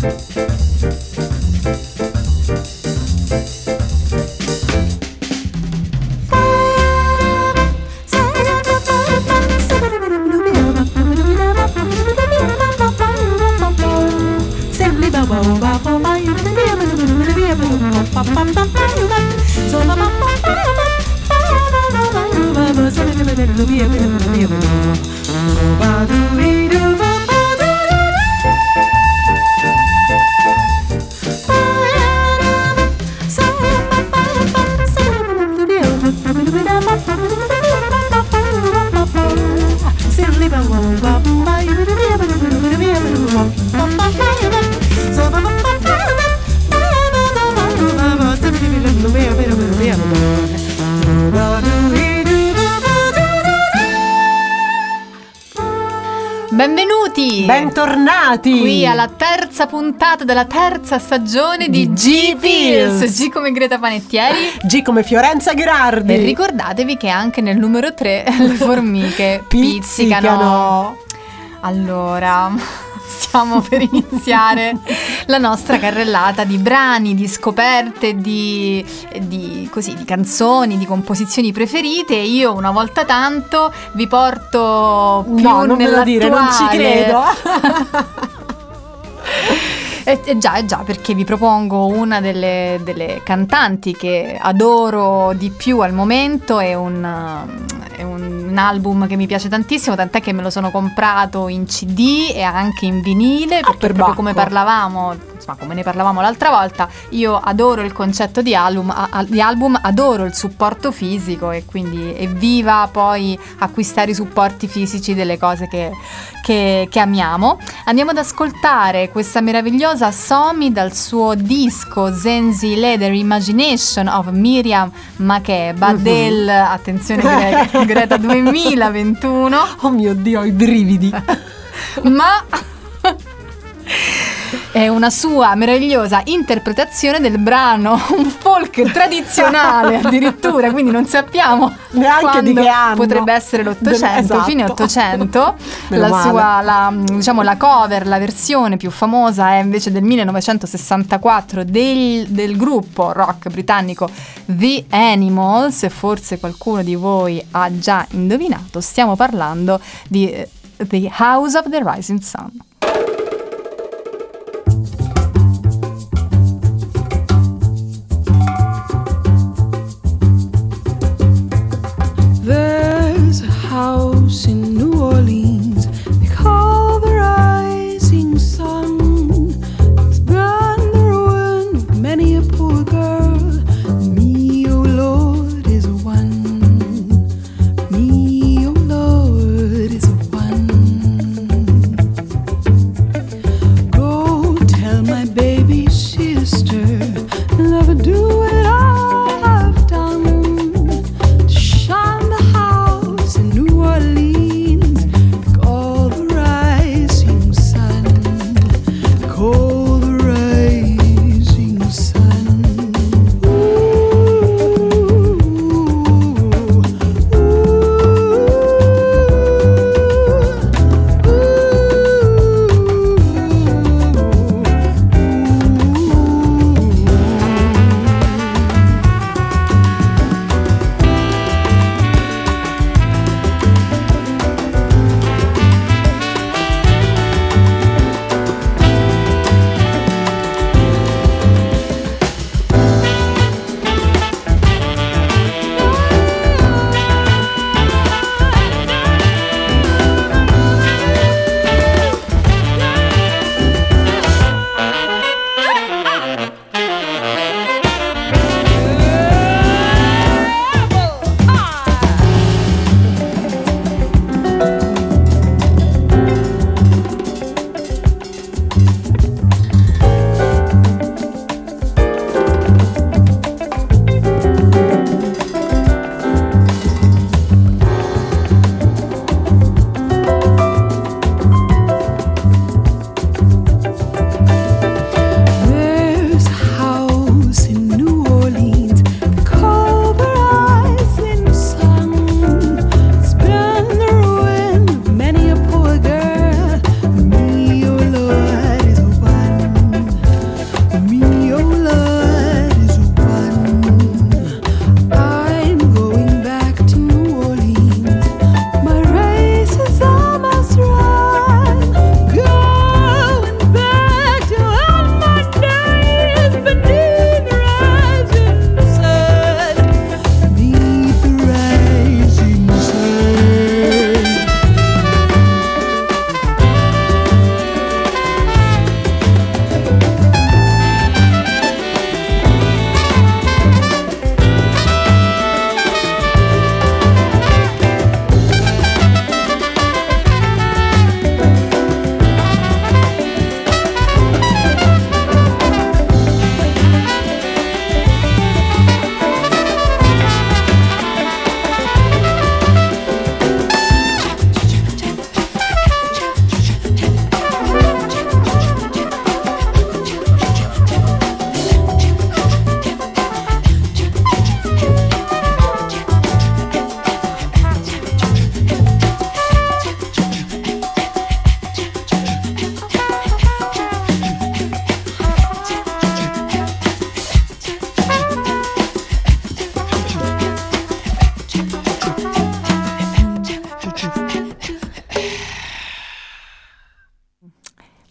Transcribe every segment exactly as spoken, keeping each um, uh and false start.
Benvenuti! Bentornati! Qui alla terza puntata della terza stagione di, di G-Pills. G come Greta Panettieri, G come Fiorenza Gherardi. E ricordatevi che anche nel numero tre le formiche pizzicano. pizzicano. Allora, stiamo per iniziare la nostra carrellata di brani, di scoperte, di, di, così, di canzoni, di composizioni preferite. Io una volta tanto vi porto più no, non me lo dire, non ci credo. Eh, eh già, eh già, perché vi propongo una delle, delle cantanti che adoro di più al momento. È un, è un album che mi piace tantissimo, tant'è che me lo sono comprato in C D e anche in vinile, perché ah, per proprio bacco. come parlavamo, insomma, come ne parlavamo l'altra volta, io adoro il concetto di album, a, a, di album, adoro il supporto fisico, e quindi evviva poi acquistare i supporti fisici delle cose che, che, che amiamo. Andiamo ad ascoltare questa meravigliosa Somi dal suo disco Zenzi Leather Imagination of Miriam Makeba, mm-hmm. del, attenzione Greta, Greta duemilaventuno. Oh mio Dio, i brividi. Ma è una sua meravigliosa interpretazione del brano, un folk tradizionale addirittura, quindi non sappiamo neanche di che anno. Potrebbe essere l'Ottocento, esatto. fine Ottocento. La sua, la, diciamo, la cover, la versione più famosa è invece del millenovecentosessantaquattro del, del gruppo rock britannico The Animals, e forse qualcuno di voi ha già indovinato, stiamo parlando di uh, The House of the Rising Sun. There's a house in New Orleans they call the Rising Sun. It's been the ruin of many a poor girl. Me, oh Lord, is one. Me, oh Lord, is one.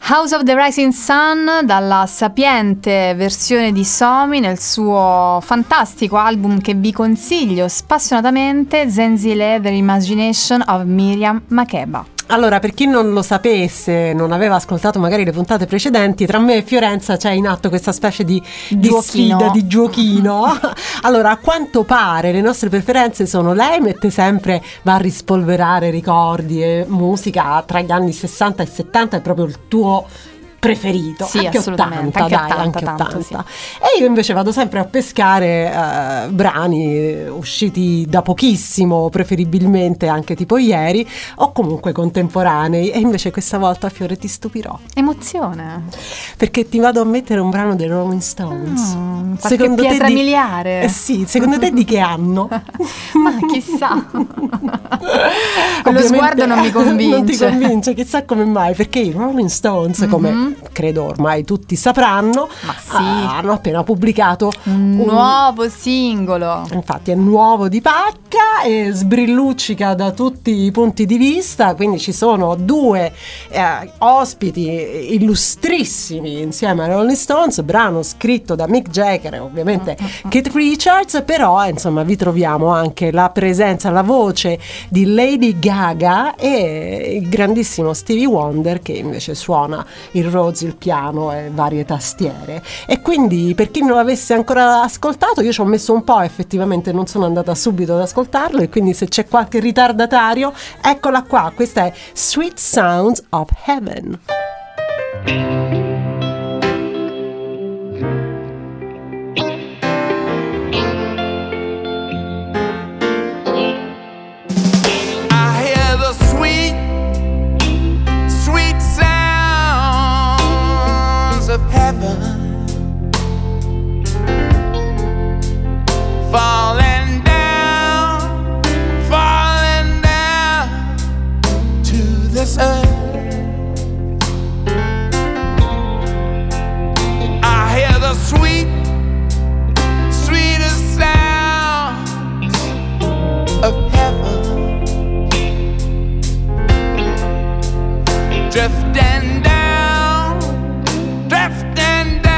House of the Rising Sun, dalla sapiente versione di Somi nel suo fantastico album che vi consiglio spassionatamente, Zenzile, The Imagination of Miriam Makeba. Allora, per chi non lo sapesse, non aveva ascoltato magari le puntate precedenti, tra me e Fiorenza c'è in atto questa specie di, di sfida, di giochino. Allora, a quanto pare le nostre preferenze sono: lei mette sempre, va a rispolverare ricordi e musica tra gli anni sessanta e settanta, è proprio il tuo preferito, sì, anche assolutamente, ottanta, anche dai, ottanta, anche tanto, ottanta. Sì. E io invece vado sempre a pescare eh, brani usciti da pochissimo, preferibilmente anche tipo ieri, o comunque contemporanei. E invece questa volta, Fiore, ti stupirò. Emozione. Perché ti vado a mettere un brano dei Rolling Stones. Mm, secondo pietra te di... miliare. Eh sì, secondo te di che anno? Ma chissà. Quello sguardo non mi convince. Non ti convince, chissà come mai, perché i Rolling Stones, mm-hmm, come credo ormai tutti sapranno, ma sì, hanno appena pubblicato un, un nuovo singolo. Infatti è nuovo di pacca e sbrilluccica da tutti i punti di vista, quindi ci sono due eh, ospiti illustrissimi insieme ai Rolling Stones, brano scritto da Mick Jagger e ovviamente uh-huh. Keith Richards, però insomma vi troviamo anche la presenza, la voce di Lady Gaga e il grandissimo Stevie Wonder, che invece suona il Rhodes, il piano e varie tastiere. E quindi, per chi non l'avesse ancora ascoltato, io ci ho messo un po', effettivamente non sono andata subito ad ascoltarlo, e quindi se c'è qualche ritardatario, eccola qua, questa è Sweet Sounds of Heaven. Falling down, falling down to this earth. I hear the sweet, sweetest sounds of heaven, drifting down, drifting down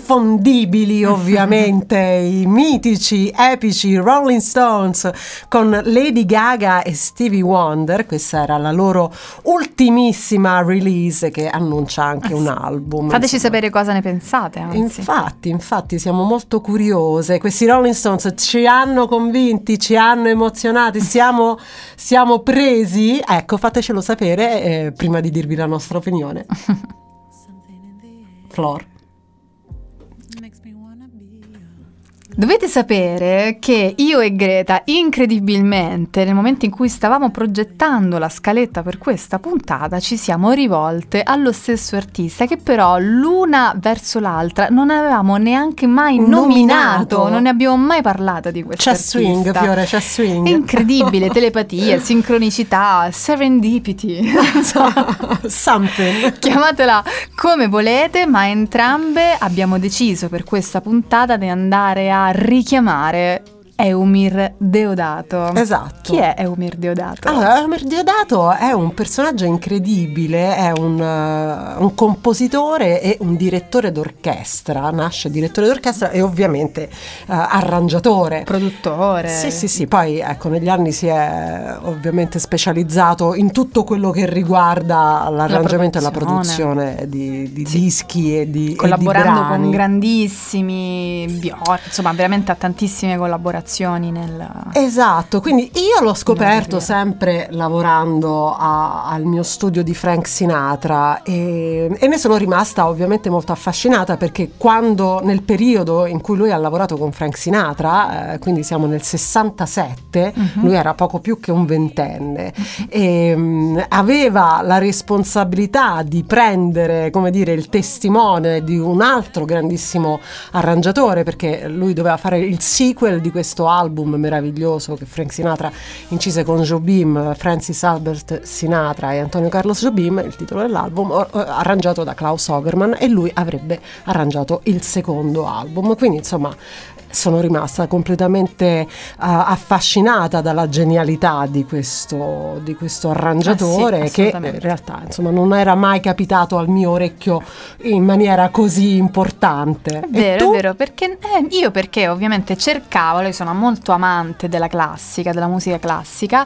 inconfondibili ovviamente, i mitici, epici Rolling Stones con Lady Gaga e Stevie Wonder. Questa era la loro ultimissima release che annuncia anche un album. Fateci insomma. sapere cosa ne pensate, anzi. Infatti, infatti siamo molto curiose. Questi Rolling Stones ci hanno convinti, ci hanno emozionati, siamo, siamo presi. Ecco, fatecelo sapere eh, prima di dirvi la nostra opinione. Flor. Dovete sapere che io e Greta, incredibilmente, nel momento in cui stavamo progettando la scaletta per questa puntata, ci siamo rivolte allo stesso artista, che però l'una verso l'altra non avevamo neanche mai nominato, Nominato. non ne abbiamo mai parlato di questo C'è artista. swing, Fiore, c'è swing. È incredibile, telepatia, sincronicità, serendipity, Something. chiamatela come volete, ma entrambe abbiamo deciso per questa puntata di andare a richiamare Eumir Deodato. Esatto. Chi è Eumir Deodato? Allora, Eumir Deodato è un personaggio incredibile, è un, uh, un compositore e un direttore d'orchestra, nasce direttore d'orchestra e ovviamente uh, arrangiatore. Produttore. Sì, sì, sì, poi ecco, negli anni si è ovviamente specializzato in tutto quello che riguarda l'arrangiamento e la produzione di, di Sì. dischi e di Collaborando e di brani. con grandissimi Bjork, insomma veramente ha tantissime collaborazioni nel... Esatto, quindi io l'ho scoperto carriera. sempre lavorando a- al mio studio di Frank Sinatra e, e ne sono rimasta ovviamente molto affascinata, perché quando nel periodo in cui lui ha lavorato con Frank Sinatra, eh, quindi siamo nel sessantasette, Mhm. lui era poco più che un ventenne e mh, aveva la responsabilità di prendere, come dire, il testimone di un altro grandissimo arrangiatore, perché lui doveva fare il sequel di questo album meraviglioso che Frank Sinatra incise con Jobim, Francis Albert Sinatra e Antonio Carlos Jobim, il titolo dell'album, or- or- arrangiato da Klaus Ogerman, e lui avrebbe arrangiato il secondo album. Quindi insomma sono rimasta completamente uh, affascinata dalla genialità di questo, di questo arrangiatore, Ah, sì, che assolutamente. in realtà insomma non era mai capitato al mio orecchio in maniera così importante. È E vero, tu? è vero, perché eh, io perché ovviamente cercavo, io sono molto amante della classica, della musica classica,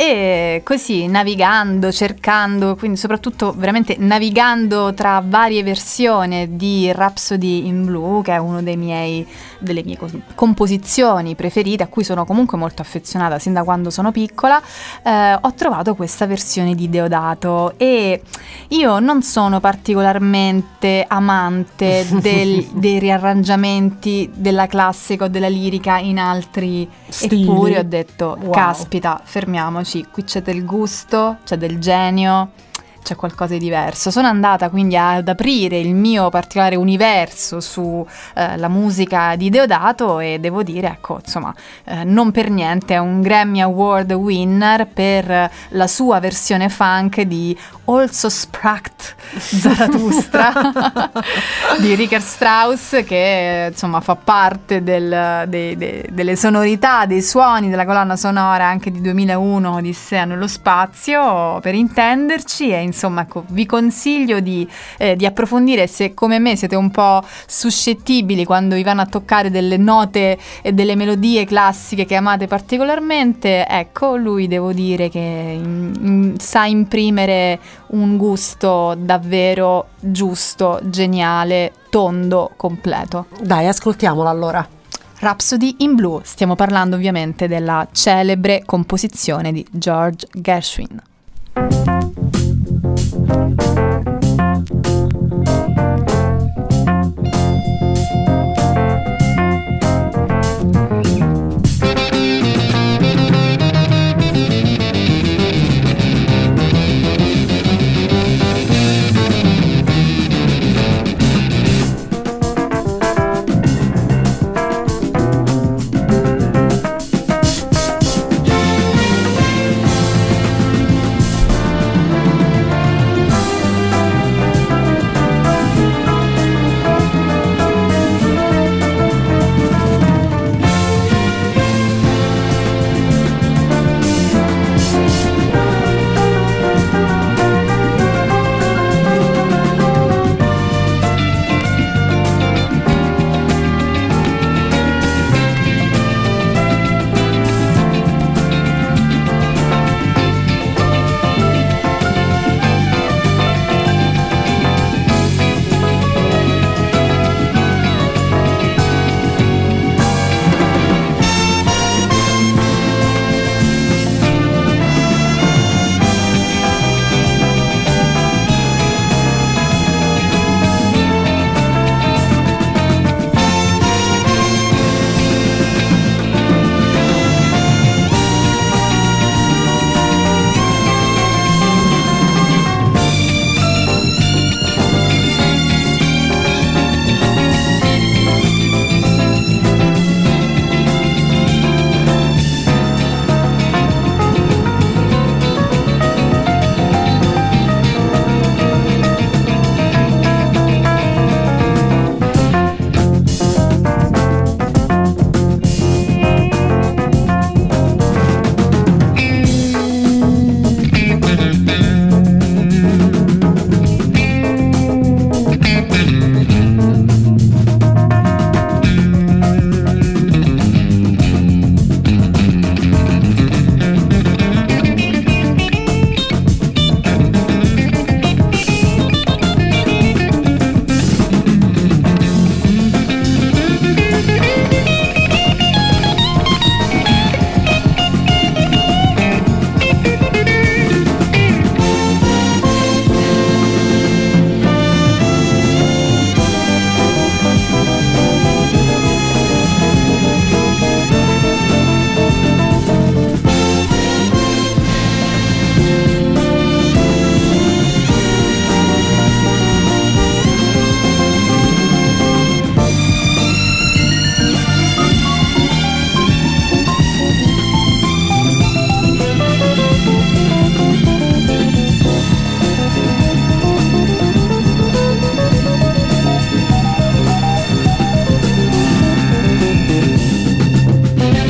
e così navigando, cercando, quindi soprattutto veramente navigando tra varie versioni di Rhapsody in Blue, che è uno dei miei, delle mie cos- composizioni preferite, a cui sono comunque molto affezionata sin da quando sono piccola, eh, ho trovato questa versione di Deodato, e io non sono particolarmente amante del- dei riarrangiamenti della classica o della lirica in altri Stili. eppure ho detto Wow. caspita, fermiamoci, qui c'è del gusto, c'è del genio, c'è qualcosa di diverso. Sono andata quindi ad aprire il mio particolare universo su eh, la musica di Deodato, e devo dire, ecco, insomma, eh, non per niente è un Grammy Award winner per la sua versione funk di Also Spracht Zarathustra di Richard Strauss, che insomma fa parte del- dei- dei- delle sonorità, dei suoni della colonna sonora anche di duemilauno Odissea nello spazio, per intenderci. E insomma, ecco, vi consiglio di, eh, di approfondire, se come me siete un po' suscettibili quando vi vanno a toccare delle note e delle melodie classiche che amate particolarmente. Ecco, lui devo dire che in- in- sa imprimere un gusto davvero giusto, geniale, tondo, completo. Dai, ascoltiamola allora. Rhapsody in Blue, stiamo parlando ovviamente della celebre composizione di George Gershwin.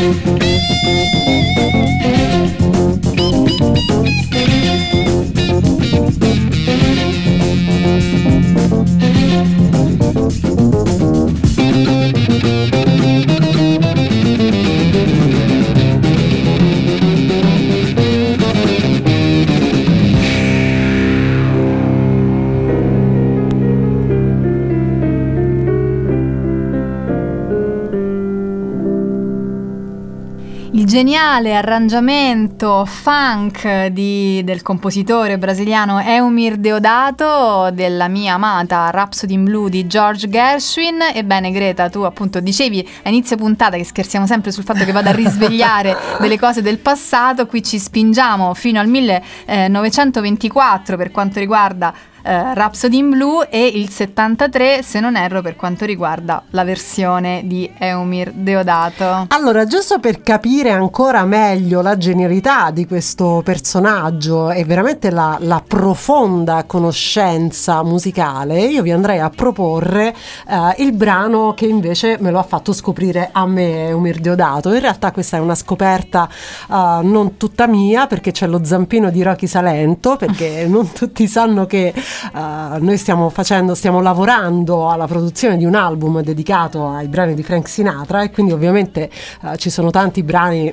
Geniale arrangiamento funk di, del compositore brasiliano Eumir Deodato della mia amata Rhapsody in Blue di George Gershwin. Ebbene Greta, tu appunto dicevi a inizio puntata che scherziamo sempre sul fatto che vado a risvegliare delle cose del passato. Qui ci spingiamo fino al millenovecentoventiquattro per quanto riguarda Uh, Rhapsody in Blue e il settantatré, se non erro, per quanto riguarda la versione di Eumir Deodato. Allora, giusto per capire ancora meglio la genialità di questo personaggio e veramente la, la profonda conoscenza musicale, io vi andrei a proporre uh, il brano che invece me lo ha fatto scoprire a me Eumir Deodato. In realtà questa è una scoperta uh, non tutta mia, perché c'è lo zampino di Rocky Salento, perché non tutti sanno che Uh, noi stiamo facendo, stiamo lavorando alla produzione di un album dedicato ai brani di Frank Sinatra, e quindi ovviamente uh, ci sono tanti brani,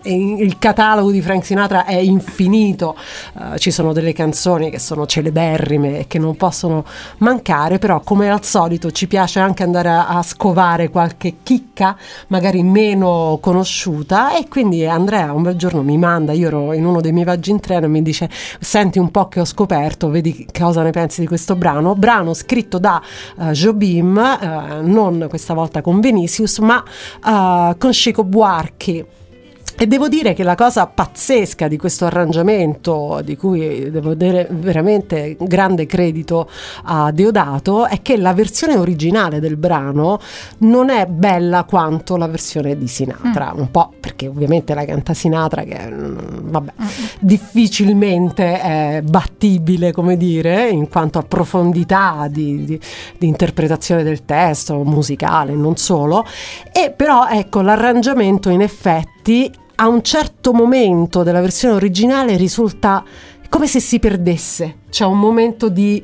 il catalogo di Frank Sinatra è infinito, uh, ci sono delle canzoni che sono celeberrime e che non possono mancare, però come al solito ci piace anche andare a, a scovare qualche chicca magari meno conosciuta, e quindi Andrea un bel giorno mi manda, io ero in uno dei miei viaggi in treno, e mi dice: senti un po' che ho scoperto, vedi cosa ne pensi di questo brano, brano scritto da uh, Jobim, uh, non questa volta con Vinicius, ma uh, con Chico Buarque. E devo dire che la cosa pazzesca di questo arrangiamento, di cui devo dare veramente grande credito a Deodato, è che la versione originale del brano non è bella quanto la versione di Sinatra, mm. un po' perché ovviamente la canta Sinatra, che vabbè, mm. difficilmente è battibile, come dire, in quanto a profondità di, di, di interpretazione del testo musicale, non solo, e però ecco, l'arrangiamento in effetti a un certo momento della versione originale risulta come se si perdesse, c'è un momento di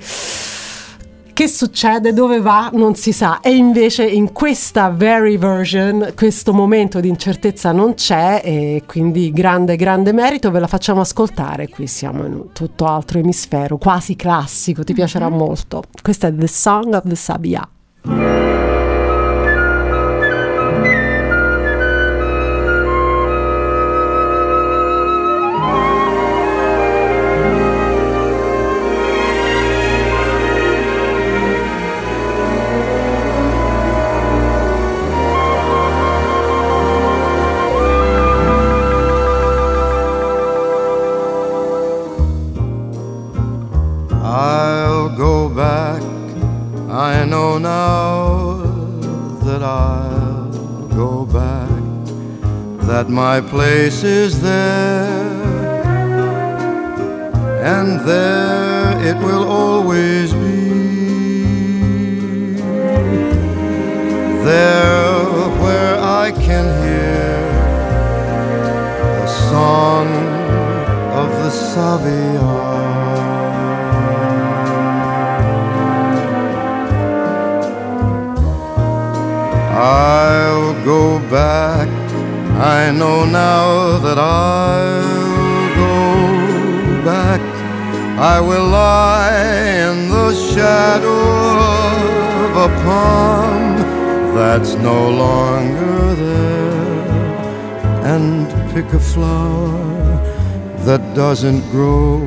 che succede, dove va, non si sa, e invece in questa very version questo momento di incertezza non c'è, e quindi grande grande merito, ve la facciamo ascoltare. Qui siamo in un tutto altro emisfero, quasi classico, ti piacerà mm-hmm. molto. Questa è The Song of the Sabia. My place is there, and there it will always be. There where I can hear the song of the Sabia. I'll go back, I know now that I'll go back. I will lie in the shadow of a palm that's no longer there, and pick a flower that doesn't grow,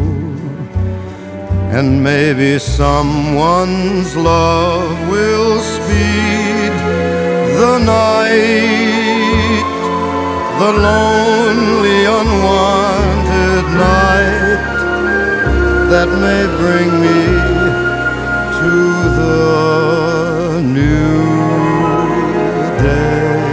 and maybe someone's love will speed the night, the lonely unwanted night that may bring me to the new day.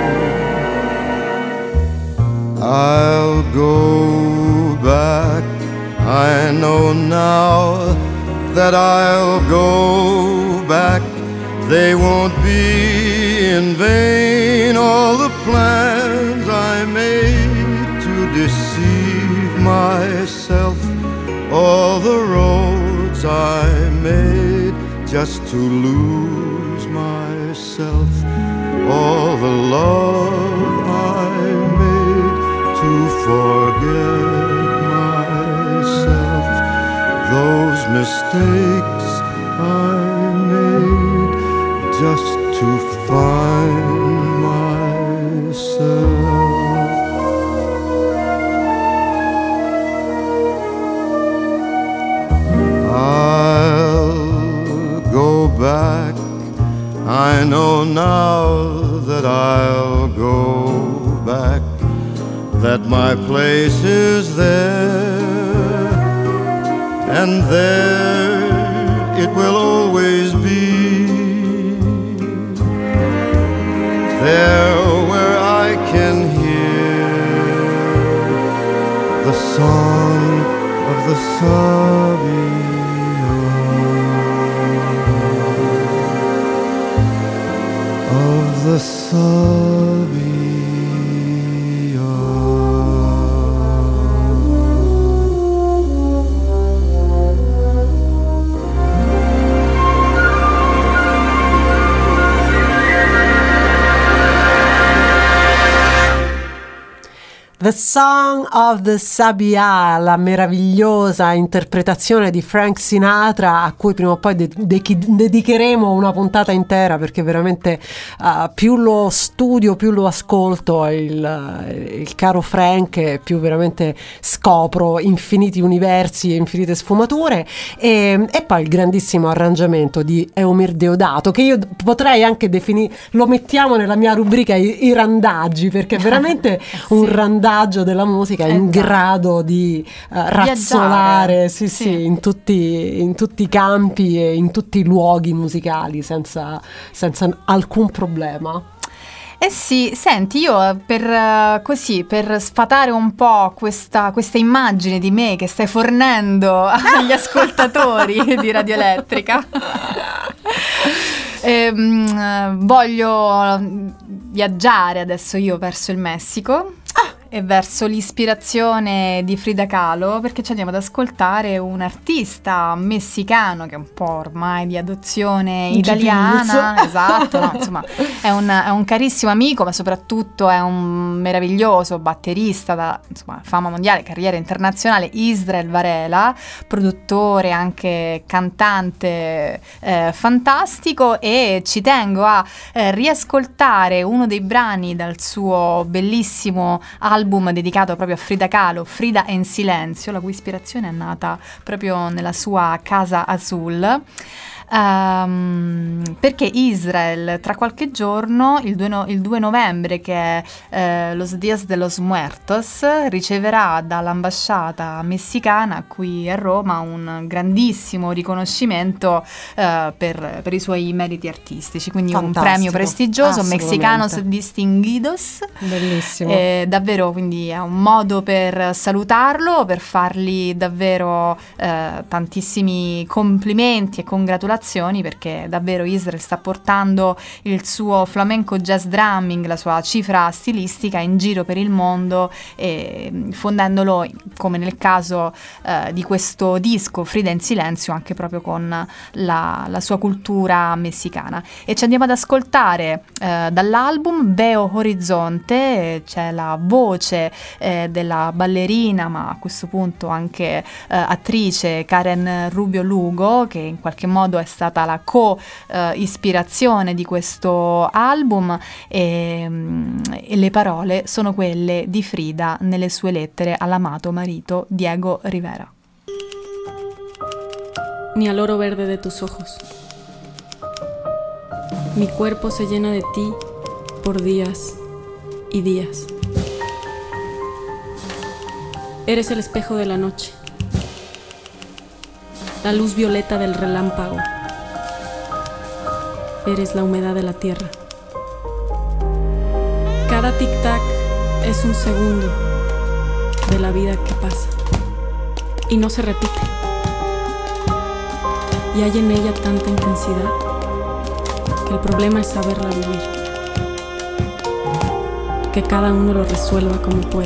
I'll go back, I know now that I'll go back. They won't be in vain, all the plans I I made to deceive myself, all the roads I made just to lose myself, all the love I made to forget myself, those mistakes I made just to find myself. I'll go back, I know now that I'll go back, that my place is there, and there it will always be, there where I can hear the song of the Sabian, of the Sabian. The Song of the Sabia, la meravigliosa interpretazione di Frank Sinatra, a cui prima o poi de- de- dedicheremo una puntata intera, perché veramente uh, più lo studio, più lo ascolto il, il caro Frank, più veramente scopro infiniti universi e infinite sfumature. E, e poi il grandissimo arrangiamento di Eumir Deodato, che io potrei anche definire, lo mettiamo nella mia rubrica i, i randaggi, perché veramente sì. Un randaggio della musica in esatto. grado di uh, razzolare sì, sì. Sì, in, tutti, in tutti i campi e in tutti i luoghi musicali senza, senza alcun problema. Eh sì, senti, io per così, per sfatare un po' questa, questa immagine di me che stai fornendo agli ascoltatori di Radio Elettrica, ehm, voglio viaggiare adesso io verso il Messico. Ah. E verso l'ispirazione di Frida Kahlo, perché ci andiamo ad ascoltare un artista messicano che è un po' ormai di adozione italiana. Esatto, no, insomma è un, è un carissimo amico, ma soprattutto è un meraviglioso batterista da insomma, fama mondiale, carriera internazionale, Israel Varela, produttore, anche cantante eh, fantastico, e ci tengo a eh, riascoltare uno dei brani dal suo bellissimo album album dedicato proprio a Frida Kahlo, Frida en Silenzio, la cui ispirazione è nata proprio nella sua casa Azul. Um, perché Israel tra qualche giorno, il due, no, il due novembre, che è eh, Los Días de los Muertos, riceverà dall'ambasciata messicana qui a Roma un grandissimo riconoscimento eh, per, per i suoi meriti artistici, quindi fantastico, un premio prestigioso, Mexicanos Distinguidos. Bellissimo. Eh, davvero, quindi è un modo per salutarlo, per fargli davvero eh, tantissimi complimenti e congratulazioni, perché davvero Israel sta portando il suo flamenco jazz drumming, la sua cifra stilistica in giro per il mondo, e fondendolo, come nel caso eh, di questo disco Frida in Silenzio, anche proprio con la, la sua cultura messicana. E ci andiamo ad ascoltare eh, dall'album Veo Horizonte, c'è la voce eh, della ballerina, ma a questo punto anche eh, attrice, Karen Rubio Lugo, che in qualche modo è stata la co-ispirazione eh, di questo album, e, e le parole sono quelle di Frida nelle sue lettere all'amato marito Diego Rivera. Ni al oro verde de tus ojos. Mi cuerpo se llena de ti por días y días. Eres el espejo de la noche, la luz violeta del relámpago. Eres la humedad de la tierra. Cada tic-tac es un segundo de la vida que pasa y no se repite. Y hay en ella tanta intensidad que el problema es saberla vivir. que cada uno lo resuelva como pueda.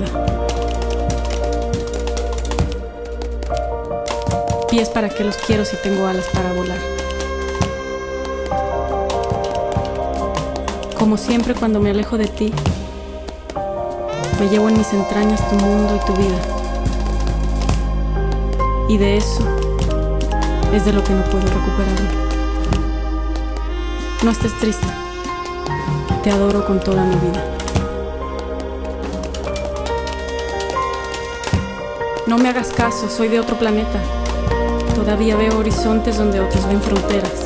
Pies para que los quiero si tengo alas para volar. Como siempre cuando me alejo de ti, me llevo en mis entrañas tu mundo y tu vida. Y de eso es de lo que no puedo recuperarme. No estés triste. Te adoro con toda mi vida. No me hagas caso, soy de otro planeta. Todavía veo horizontes donde otros ven fronteras.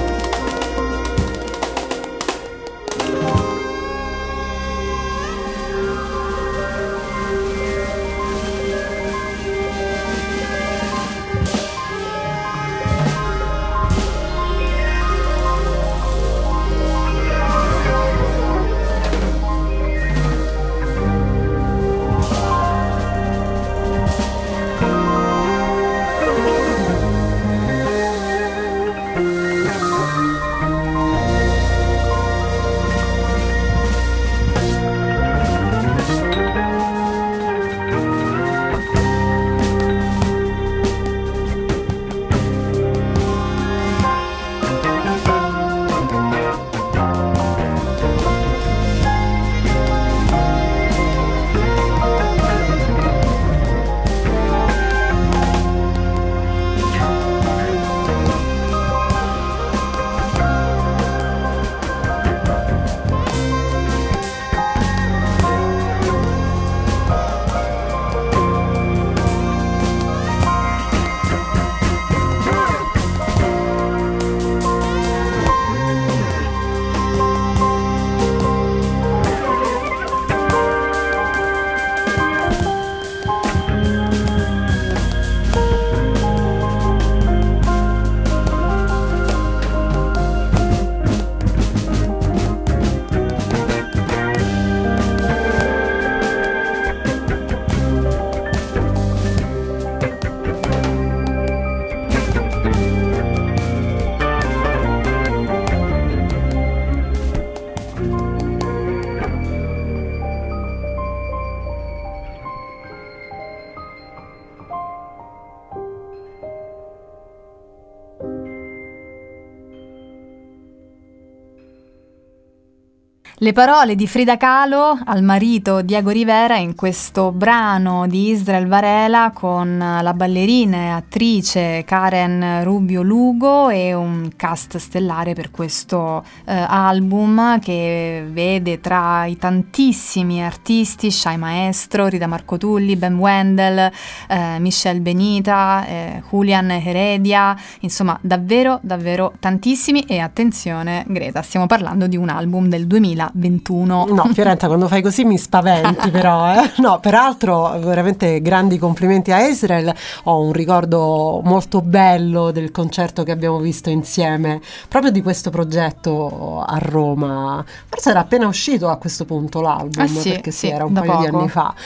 Le parole di Frida Kahlo al marito Diego Rivera in questo brano di Israel Varela con la ballerina e attrice Karen Rubio Lugo e un cast stellare per questo eh, album che vede tra i tantissimi artisti Shai Maestro, Rita Marcotulli, Ben Wendell, eh, Michelle Benita, eh, Julian Heredia, insomma davvero davvero tantissimi. E attenzione Greta, stiamo parlando di un album del duemilaventuno. No, Fiorenza, quando fai così mi spaventi però, eh? No, peraltro veramente grandi complimenti a Israel. Ho un ricordo molto bello del concerto che abbiamo visto insieme, proprio di questo progetto a Roma. Forse era appena uscito a questo punto l'album, ah, sì, perché sì, sì, era un da paio poco. di anni fa.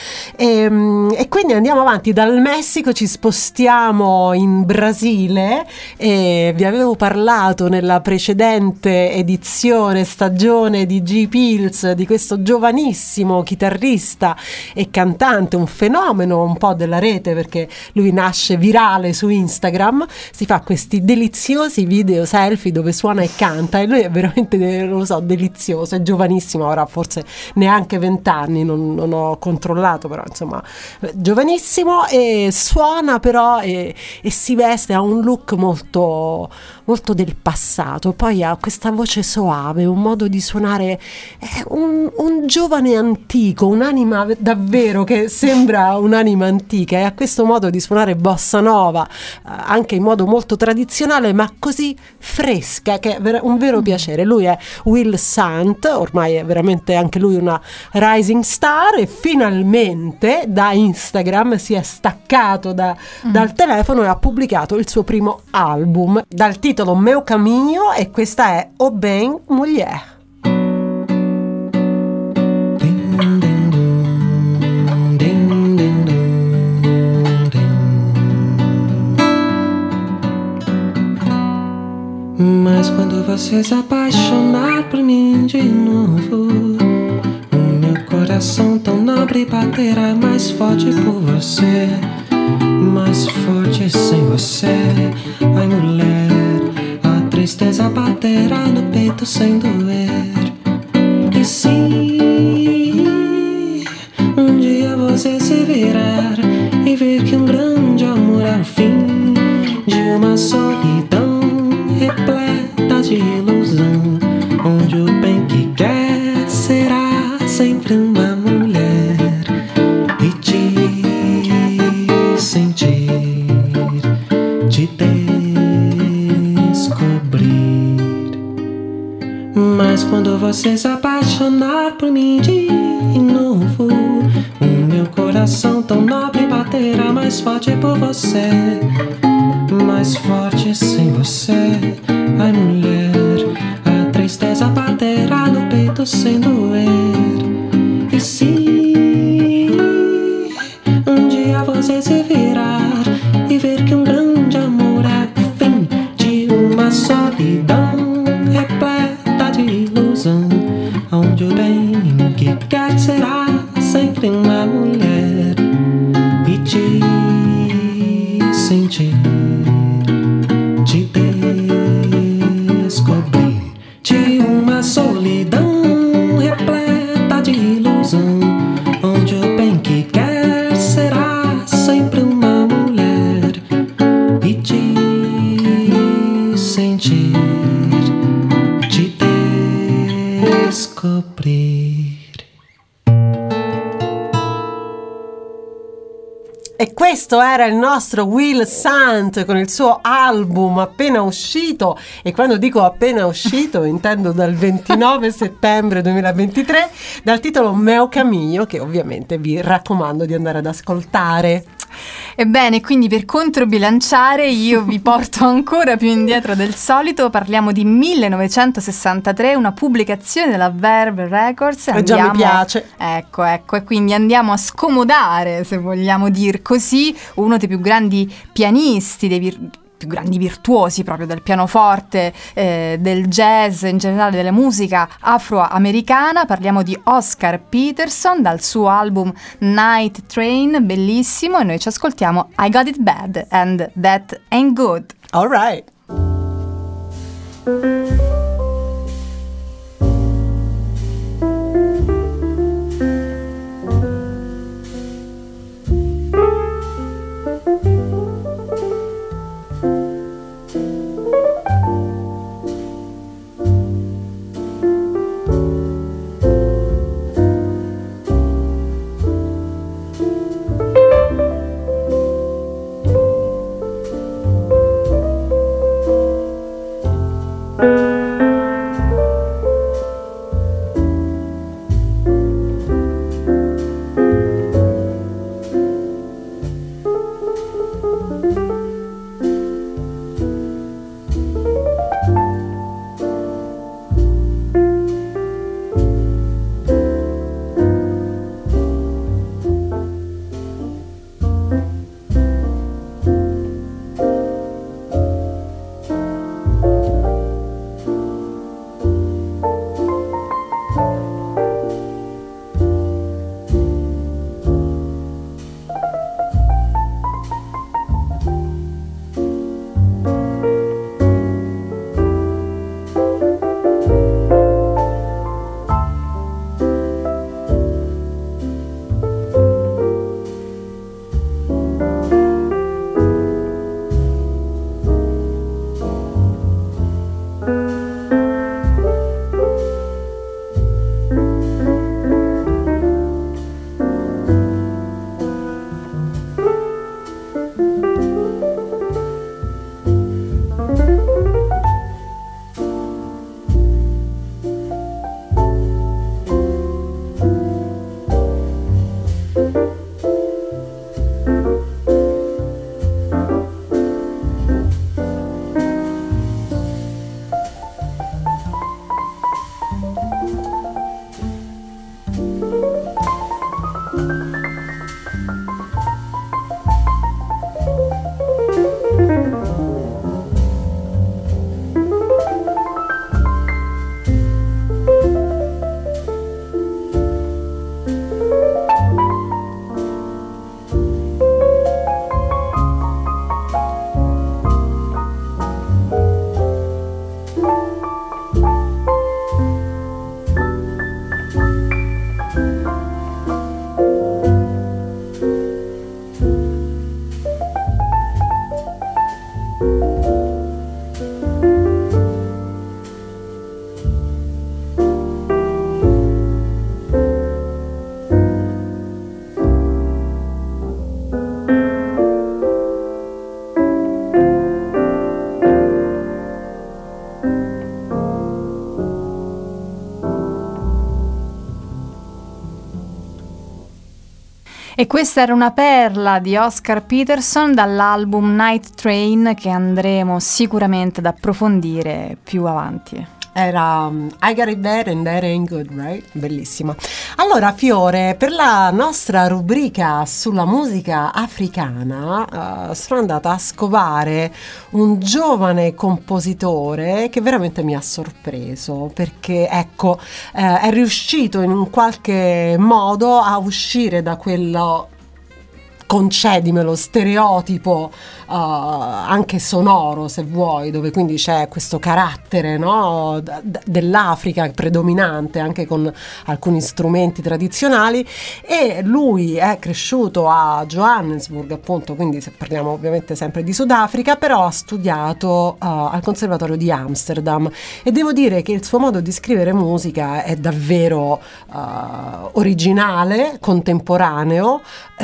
E, e quindi andiamo avanti, dal Messico ci spostiamo in Brasile e vi avevo parlato nella precedente edizione, stagione di G Pills, di questo giovanissimo chitarrista e cantante, un fenomeno un po' della rete perché lui nasce virale su Instagram, si fa questi deliziosi video selfie dove suona e canta e lui è veramente, non lo so, delizioso, è giovanissimo, ora forse neanche vent'anni, non, non ho controllato, però insomma giovanissimo, e suona però e, e si veste, ha un look molto, molto del passato, poi ha questa voce soave, un modo di suonare, è un, un giovane antico, un'anima davvero che sembra un'anima antica, e ha questo modo di suonare bossa nova eh, anche in modo molto tradizionale ma così fresca che è un vero piacere. Lui è Will Sant, ormai è veramente anche lui una rising star e finalmente da Instagram si è staccato da, mm. dal telefono e ha pubblicato il suo primo album dal titolo Meu Caminho, e questa è O Bem Mulher. Mas quando você se apaixonar por mim de novo, o meu coração coração tão nobre baterá mais forte por você, mais forte sem você. Ai, mulher, a tristeza baterá no peito sem doer. E sim, um dia você se virar e ver que um grande amor é o fim de uma solidão repleta de ilusão, onde o bem que quer será sempre uma mulher e te sentir, te descobrir. Mas quando você se apaixonar por mim de novo, o meu coração tão nobre baterá mais forte por você, mais forte sem você. Ai, mulher, a tristeza baterá no peito sem doer. E se um dia você se virar e ver que um grande amor é o fim de uma solidão repleta de ilusão, onde o bem que quer será sempre uma mulher e te sentir, te descobrir de uma solidão repleta de ilusão, onde o bem que quer será sempre uma mulher e te sentir, te descobrir. E questo era il nostro Will Sant con il suo album appena uscito, e quando dico appena uscito intendo dal ventinove settembre duemilaventitré, dal titolo Meu Caminho, che ovviamente vi raccomando di andare ad ascoltare. Ebbene, quindi per controbilanciare io vi porto ancora più indietro del solito. Parliamo di millenovecentosessantatré, una pubblicazione della Verve Records. E già mi piace. Ecco, ecco, e quindi andiamo a scomodare, se vogliamo dir così, uno dei più grandi pianisti, dei vir- più grandi virtuosi proprio del pianoforte, eh, del jazz, in generale della musica afroamericana. Parliamo di Oscar Peterson dal suo album Night Train, bellissimo, e noi ci ascoltiamo I Got It Bad and That Ain't Good. All right. Thank E questa era una perla di Oscar Peterson dall'album Night Train, che andremo sicuramente ad approfondire più avanti. Era um, I Got It Bad and That Ain't Good, right? Bellissima. Allora, Fiore, per la nostra rubrica sulla musica africana uh, sono andata a scovare un giovane compositore che veramente mi ha sorpreso, perché ecco, eh, è riuscito in un qualche modo a uscire da quello, concedimelo, stereotipo uh, anche sonoro, se vuoi, dove quindi c'è questo carattere, no, d- d- dell'Africa predominante, anche con alcuni strumenti tradizionali. E lui è cresciuto a Johannesburg, appunto, quindi se parliamo ovviamente sempre di Sudafrica, però ha studiato uh, al Conservatorio di Amsterdam, e devo dire che il suo modo di scrivere musica è davvero uh, originale, contemporaneo,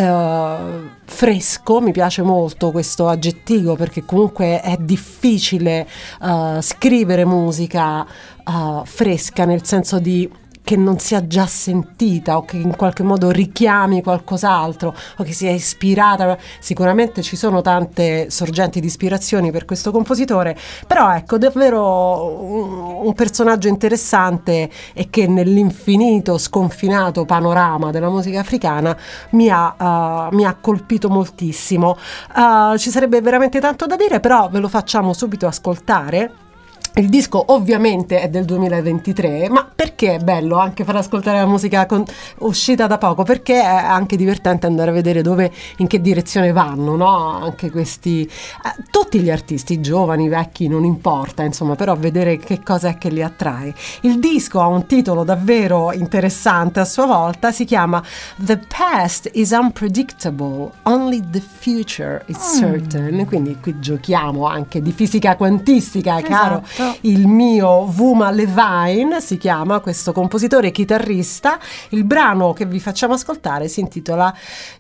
uh, fresco. Mi piace molto questo aggettivo, perché comunque è difficile uh, scrivere musica uh, fresca, nel senso di che non sia già sentita, o che in qualche modo richiami qualcos'altro, o che sia ispirata. Sicuramente ci sono tante sorgenti di ispirazioni per questo compositore, però ecco, davvero un, un personaggio interessante, e che nell'infinito sconfinato panorama della musica africana mi ha, uh, mi ha colpito moltissimo. Uh, ci sarebbe veramente tanto da dire, però ve lo facciamo subito ascoltare. Il disco ovviamente è del duemilaventitré, ma perché è bello anche far ascoltare la musica con, uscita da poco? Perché è anche divertente andare a vedere dove, in che direzione vanno, no? Anche questi, eh, tutti gli artisti, giovani, vecchi, non importa, insomma, però vedere che cosa è che li attrae. Il disco ha un titolo davvero interessante a sua volta, si chiama The Past is Unpredictable, Only the Future is Certain, mm. Quindi qui giochiamo anche di fisica quantistica, esatto. Caro il mio Vuma Levine si chiama questo compositore e chitarrista. Il brano che vi facciamo ascoltare si intitola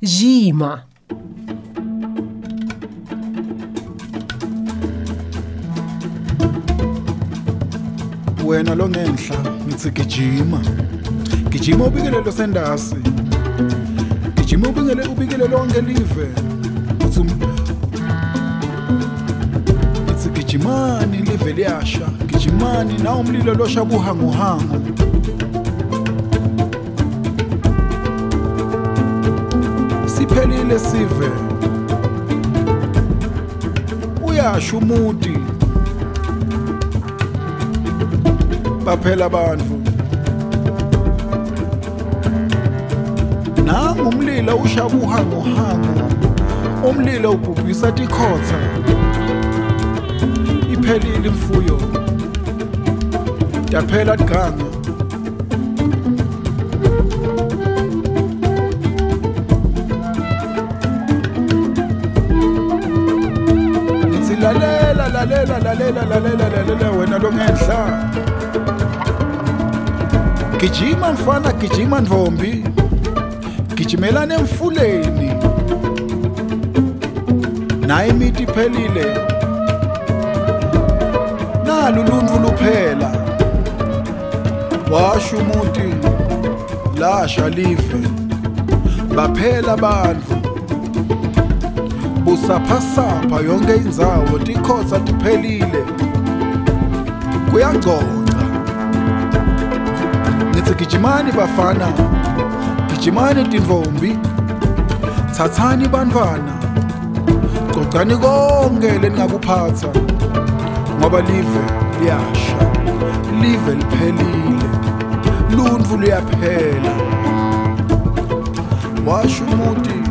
Jima. Wena lo ngenhla ngithi gijima gijima ubikele lo sendasi gijima ubikele ubikele lonke live uthi ngithi gijimani live liyasha gijimani na umlilo losha buhangu hangu siphelile sive uyasha umuti baphela bantfu nangu umlilo ushabuhangu hangu umlilo ubhubhisa tikhotha iphelile imfuyo yaphela ganga ngithi lalela lalela lalela lalela lalela wena lo ngenhla gijima mfana gijima ndvombi gijimelane emfuleni naye imiti iphelile nalo luntfu luphela washa umuti lasha live baphela bantfu busaphasapha yonke indzawo tikhotsa tiphelile kuyangcola ngithi gijimani bafana gijimani tindvombi tsatsani bantfwana gcogcani konke leningakuphatsa ngoba live liyasha live liphelile luntfu luyaphela washa umuti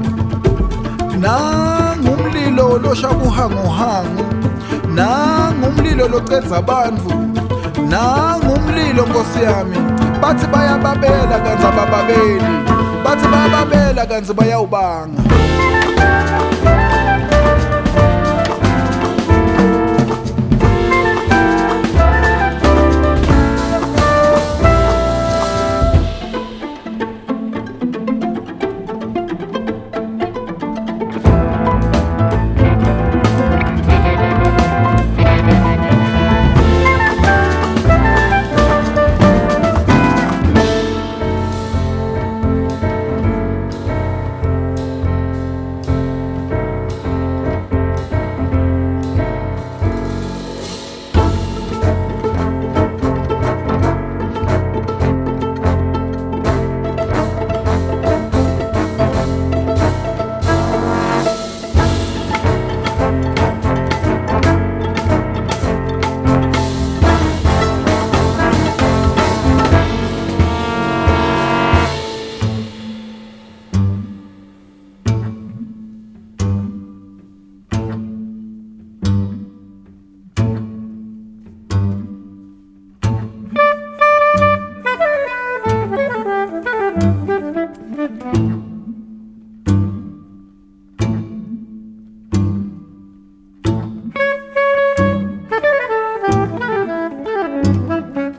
nangumlilo losha buhanguhangu nangumlilo locedza bantfu nangumlilo nkosi yami bathi bayababela kanzi abababeli bathi bayababela kanzi bayawubanga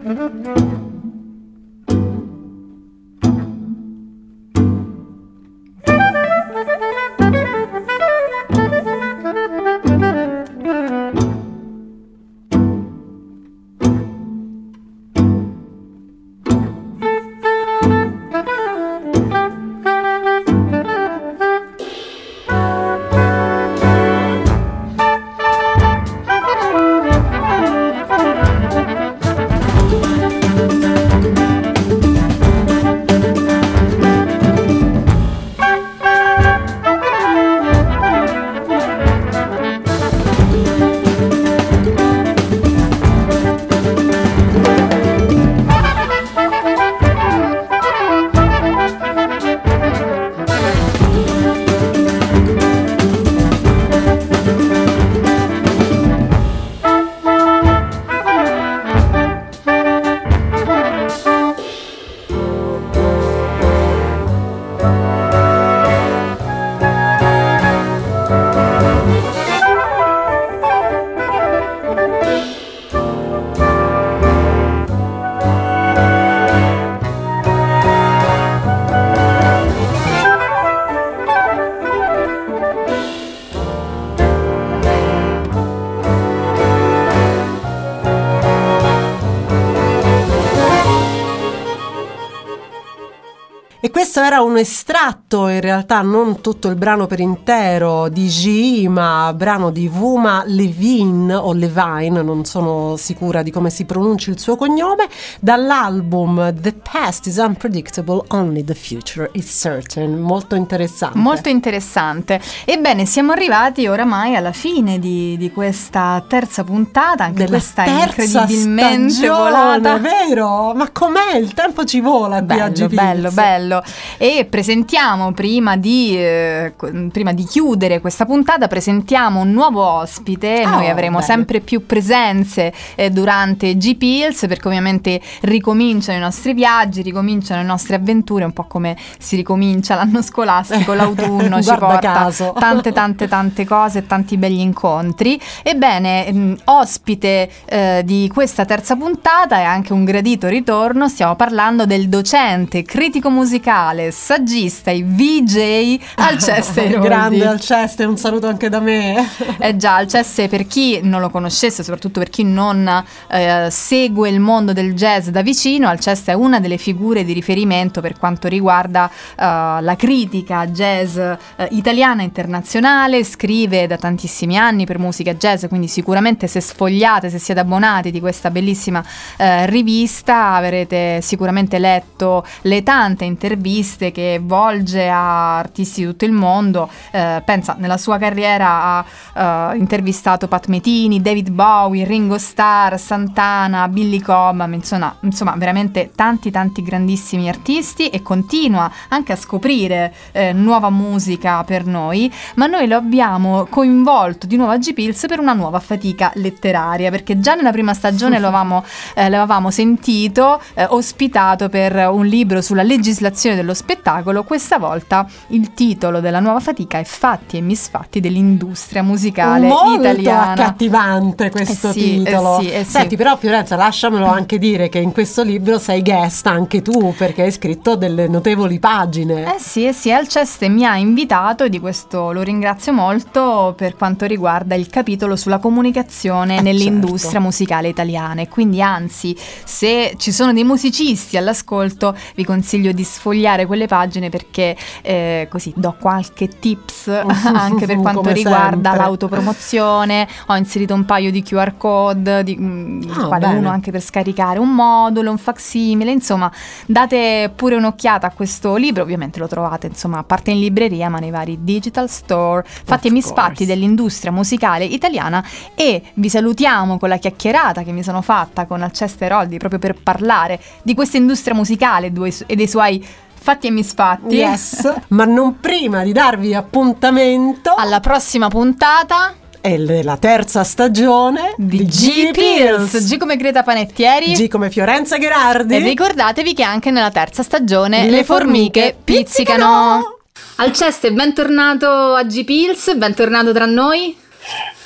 E questo era un estratto, in realtà non tutto il brano per intero, di G, ma brano di Vuma Levine o Levine, non sono sicura di come si pronunci il suo cognome, dall'album The Past is Unpredictable, Only the Future is Certain. Molto interessante. Molto interessante. Ebbene, siamo arrivati oramai alla fine di, di questa terza puntata, anche Della questa terza incredibilmente stagione, volata. vero? Ma com'è? Il tempo ci vola qui a Bello, G-Pills. bello, bello. E presentiamo, prima di, eh, prima di chiudere questa puntata, presentiamo un nuovo ospite. Oh, Noi avremo bello. sempre più presenze eh, durante G-Pills, perché ovviamente ricominciano i nostri viaggi, ricominciano le nostre avventure, un po' come si ricomincia l'anno scolastico, l'autunno ci Guarda porta caso. tante tante tante cose e tanti begli incontri. Ebbene, mh, ospite eh, di questa terza puntata è anche un gradito ritorno. Stiamo parlando del docente, critico musicale, saggista e V J Alceste Iroldi. Grande Alceste, un saluto anche da me. Eh già, Alceste, per chi non lo conoscesse, soprattutto per chi non eh, segue il mondo del jazz da vicino, Alceste è una delle figure di riferimento per quanto riguarda eh, la critica jazz eh, italiana e internazionale. Scrive da tantissimi anni per musica jazz, quindi sicuramente se sfogliate, se siete abbonati di questa bellissima eh, rivista, avrete sicuramente letto le tante interviste che volge a artisti di tutto il mondo. Eh, pensa, nella sua carriera ha uh, intervistato Pat Metheny, David Bowie, Ringo Starr, Santana, Billy Cobham, insomma, insomma veramente tanti tanti grandissimi artisti, e continua anche a scoprire eh, nuova musica per noi. Ma noi lo abbiamo coinvolto di nuovo a G-Pills per una nuova fatica letteraria, perché già nella prima stagione lo avevamo, eh, l'avevamo sentito eh, ospitato per un libro sulla legislazione dello spettacolo. Questa volta il titolo della nuova fatica è Fatti e misfatti dell'industria musicale Molto italiana. accattivante questo Eh sì, titolo. eh sì, eh sì. Senti, però Fiorenza, lasciamelo anche dire che in questo libro sei guest anche tu, perché hai scritto delle notevoli pagine. Eh sì, eh sì, Alceste mi ha invitato, e di questo lo ringrazio molto, per quanto riguarda il capitolo sulla comunicazione Eh, nell'industria certo. musicale italiana. E quindi, anzi, se ci sono dei musicisti all'ascolto, vi consiglio di sfogliare quelle pagine, perché eh, così do qualche tips anche per quanto Come riguarda sempre. l'autopromozione. Ho inserito un paio di Q R code, di, mh, il Ah, quale bene. uno anche per scaricare un modulo, un facsimile. Insomma, date pure un'occhiata a questo libro. Ovviamente lo trovate, insomma, a parte in libreria, ma nei vari digital store. Fatti e Of misfatti course. dell'industria musicale italiana. E vi salutiamo con la chiacchierata che mi sono fatta con Alceste Iroldi, proprio per parlare di questa industria musicale due- e dei suoi fatti e misfatti. Yes, ma non prima di darvi appuntamento Alla prossima puntata è la terza stagione di G-Pills. G come Greta Panettieri. G come Fiorenza Gherardi. E ricordatevi che anche nella terza stagione Le le, formiche, formiche pizzicano. Alceste, bentornato a G-Pills, bentornato tra noi.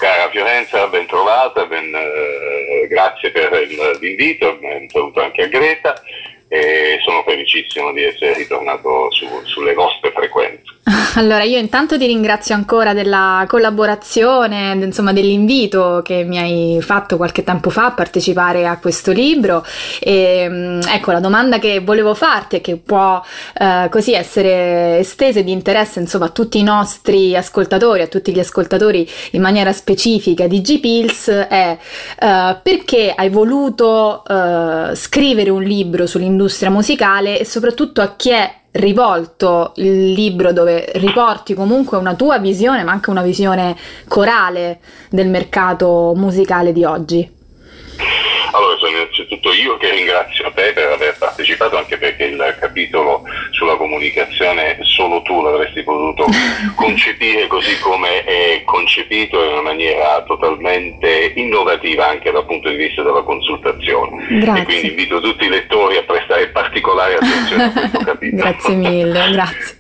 Cara Fiorenza, ben trovata, ben, eh, grazie per il, l'invito, un saluto anche a Greta e sono felicissimo di essere ritornato su, sulle vostre frequenze. Allora, io intanto ti ringrazio ancora della collaborazione, insomma dell'invito che mi hai fatto qualche tempo fa a partecipare a questo libro e ecco, la domanda che volevo farti e che può eh, così essere estesa e di interesse insomma a tutti i nostri ascoltatori, a tutti gli ascoltatori in maniera specifica di G-Pills è eh, perché hai voluto eh, scrivere un libro sull'industria musicale e soprattutto a chi è rivolto il libro, dove riporti comunque una tua visione ma anche una visione corale del mercato musicale di oggi. Allora, sono innanzitutto io che ringrazio te per aver partecipato, anche perché il capitolo sulla comunicazione solo tu l'avresti potuto concepire così come è concepito, in una maniera totalmente innovativa anche dal punto di vista della consultazione. Grazie. E quindi invito tutti i lettori a prestare particolare attenzione a questo capitolo. Grazie mille, grazie.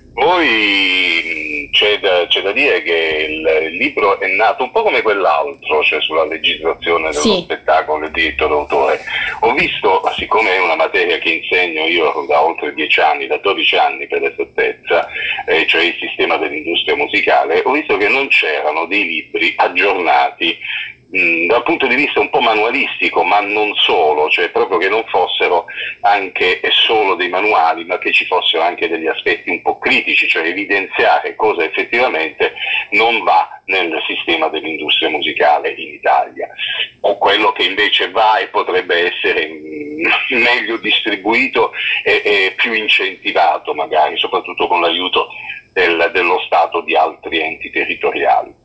Poi c'è da, c'è da dire che il, il libro è nato un po' come quell'altro, cioè sulla legislazione dello sì. spettacolo e il diritto d'autore. Ho visto, siccome è una materia che insegno io da oltre dieci anni, da dodici anni per esattezza, eh, cioè il sistema dell'industria musicale, ho visto che non c'erano dei libri aggiornati mh, dal punto di vista un po' manualistico, ma non solo, cioè proprio che non fossero anche e solo dei manuali, ma che ci fossero anche degli aspetti un po' critici, cioè evidenziare cosa effettivamente non va nel sistema dell'industria musicale in Italia, o quello che invece va e potrebbe essere mh, meglio distribuito e, e più incentivato, magari, soprattutto con l'aiuto del, dello Stato, di altri enti territoriali.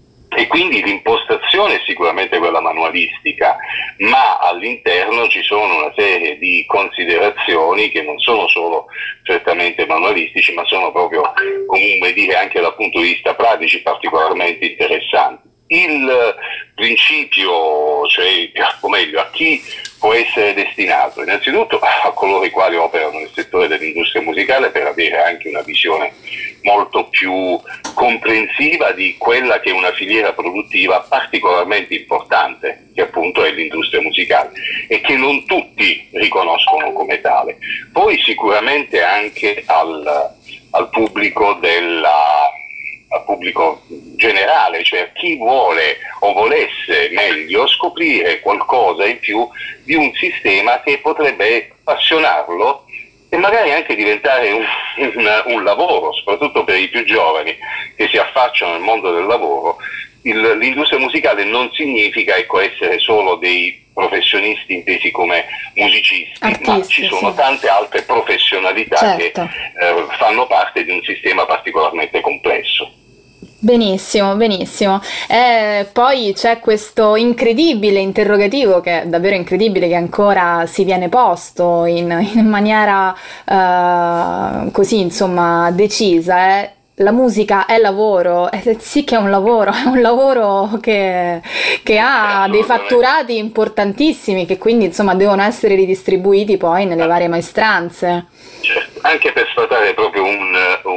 E quindi l'impostazione è sicuramente quella manualistica, ma all'interno ci sono una serie di considerazioni che non sono solo certamente manualistici, ma sono proprio, come dire, anche dal punto di vista pratici particolarmente interessanti. Il principio, cioè, o meglio, a chi può essere destinato? Innanzitutto a coloro i quali operano nel settore dell'industria musicale, per avere anche una visione molto più comprensiva di quella che è una filiera produttiva particolarmente importante, che appunto è l'industria musicale e che non tutti riconoscono come tale. Poi sicuramente anche al, al pubblico della al pubblico generale, cioè a chi vuole o volesse meglio scoprire qualcosa in più di un sistema che potrebbe appassionarlo e magari anche diventare un, un, un lavoro, soprattutto per i più giovani che si affacciano nel mondo del lavoro. Il, l'industria musicale non significa, ecco, essere solo dei professionisti intesi come musicisti, artisti, ma ci sono sì. tante altre professionalità certo. che eh, fanno parte di un sistema particolarmente complesso. Benissimo, benissimo. Eh, poi c'è questo incredibile interrogativo, che è davvero incredibile, che ancora si viene posto in, in maniera uh, così, insomma, decisa. Eh. La musica è lavoro, eh, sì che è un lavoro, è un lavoro che, che ha dei fatturati importantissimi, che quindi insomma devono essere ridistribuiti poi nelle varie maestranze. Certo, anche per sfatare proprio un,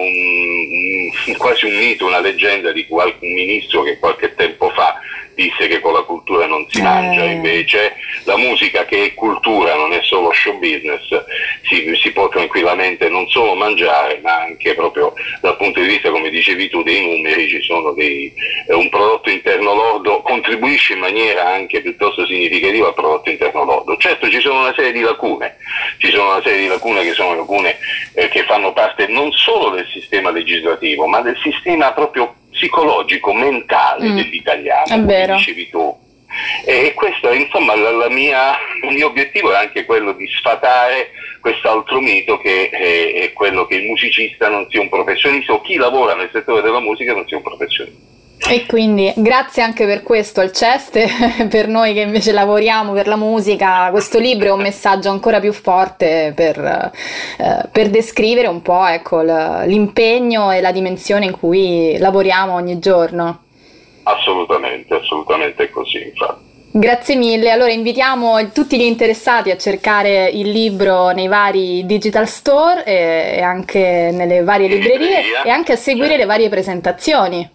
un quasi un mito, una leggenda di qualche ministro che qualche tempo fa disse che con la cultura non si mangia, eh. invece la musica, che è cultura, non è solo show business, si, si può tranquillamente non solo mangiare, ma anche proprio dal punto di vista, come dicevi tu, dei numeri. Ci sono dei, eh, un prodotto interno lordo contribuisce in maniera anche piuttosto significativa al prodotto interno lordo. Certo, ci sono una serie di lacune, ci sono una serie di lacune che sono lacune eh, che fanno parte non solo del sistema legislativo, ma del sistema proprio psicologico, mentale mm. dell'italiano, come dicevi tu. E questo, insomma, la, la mia, il mio obiettivo è anche quello di sfatare quest'altro mito, che è, è quello che il musicista non sia un professionista, o chi lavora nel settore della musica non sia un professionista. E quindi grazie anche per questo al Ceste, per noi che invece lavoriamo per la musica, questo libro è un messaggio ancora più forte per, eh, per descrivere un po', ecco, l'impegno e la dimensione in cui lavoriamo ogni giorno. Assolutamente, assolutamente è così, infatti. Grazie mille, allora invitiamo tutti gli interessati a cercare il libro nei vari digital store e, e anche nelle varie librerie, e anche a seguire le varie presentazioni.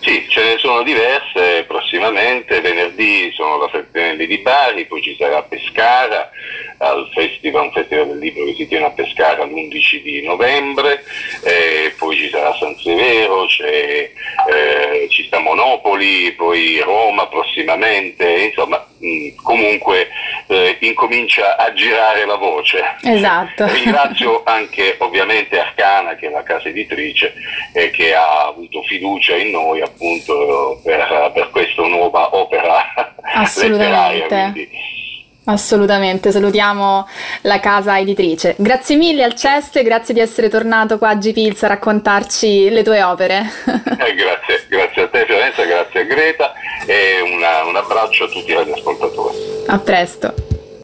Sì, ce ne sono diverse prossimamente. Venerdì sono la Feltrinelli di Bari, poi ci sarà Pescara al festival, un festival del libro che si tiene a Pescara l'undici di novembre, eh, poi ci sarà San Severo, c'è, eh, ci sta Monopoli, poi Roma prossimamente, insomma mh, comunque eh, incomincia a girare la voce. Esatto. Ringrazio anche ovviamente Arcana, che è la casa editrice, eh, che ha avuto fiducia in noi appunto per, per questa nuova opera letteraria. Quindi. Assolutamente, salutiamo la casa editrice. Grazie mille Alceste, grazie di essere tornato qua a G-Pills a raccontarci le tue opere. Eh, grazie, grazie a te Fiorenza, grazie a Greta e una, un abbraccio a tutti gli ascoltatori. A presto.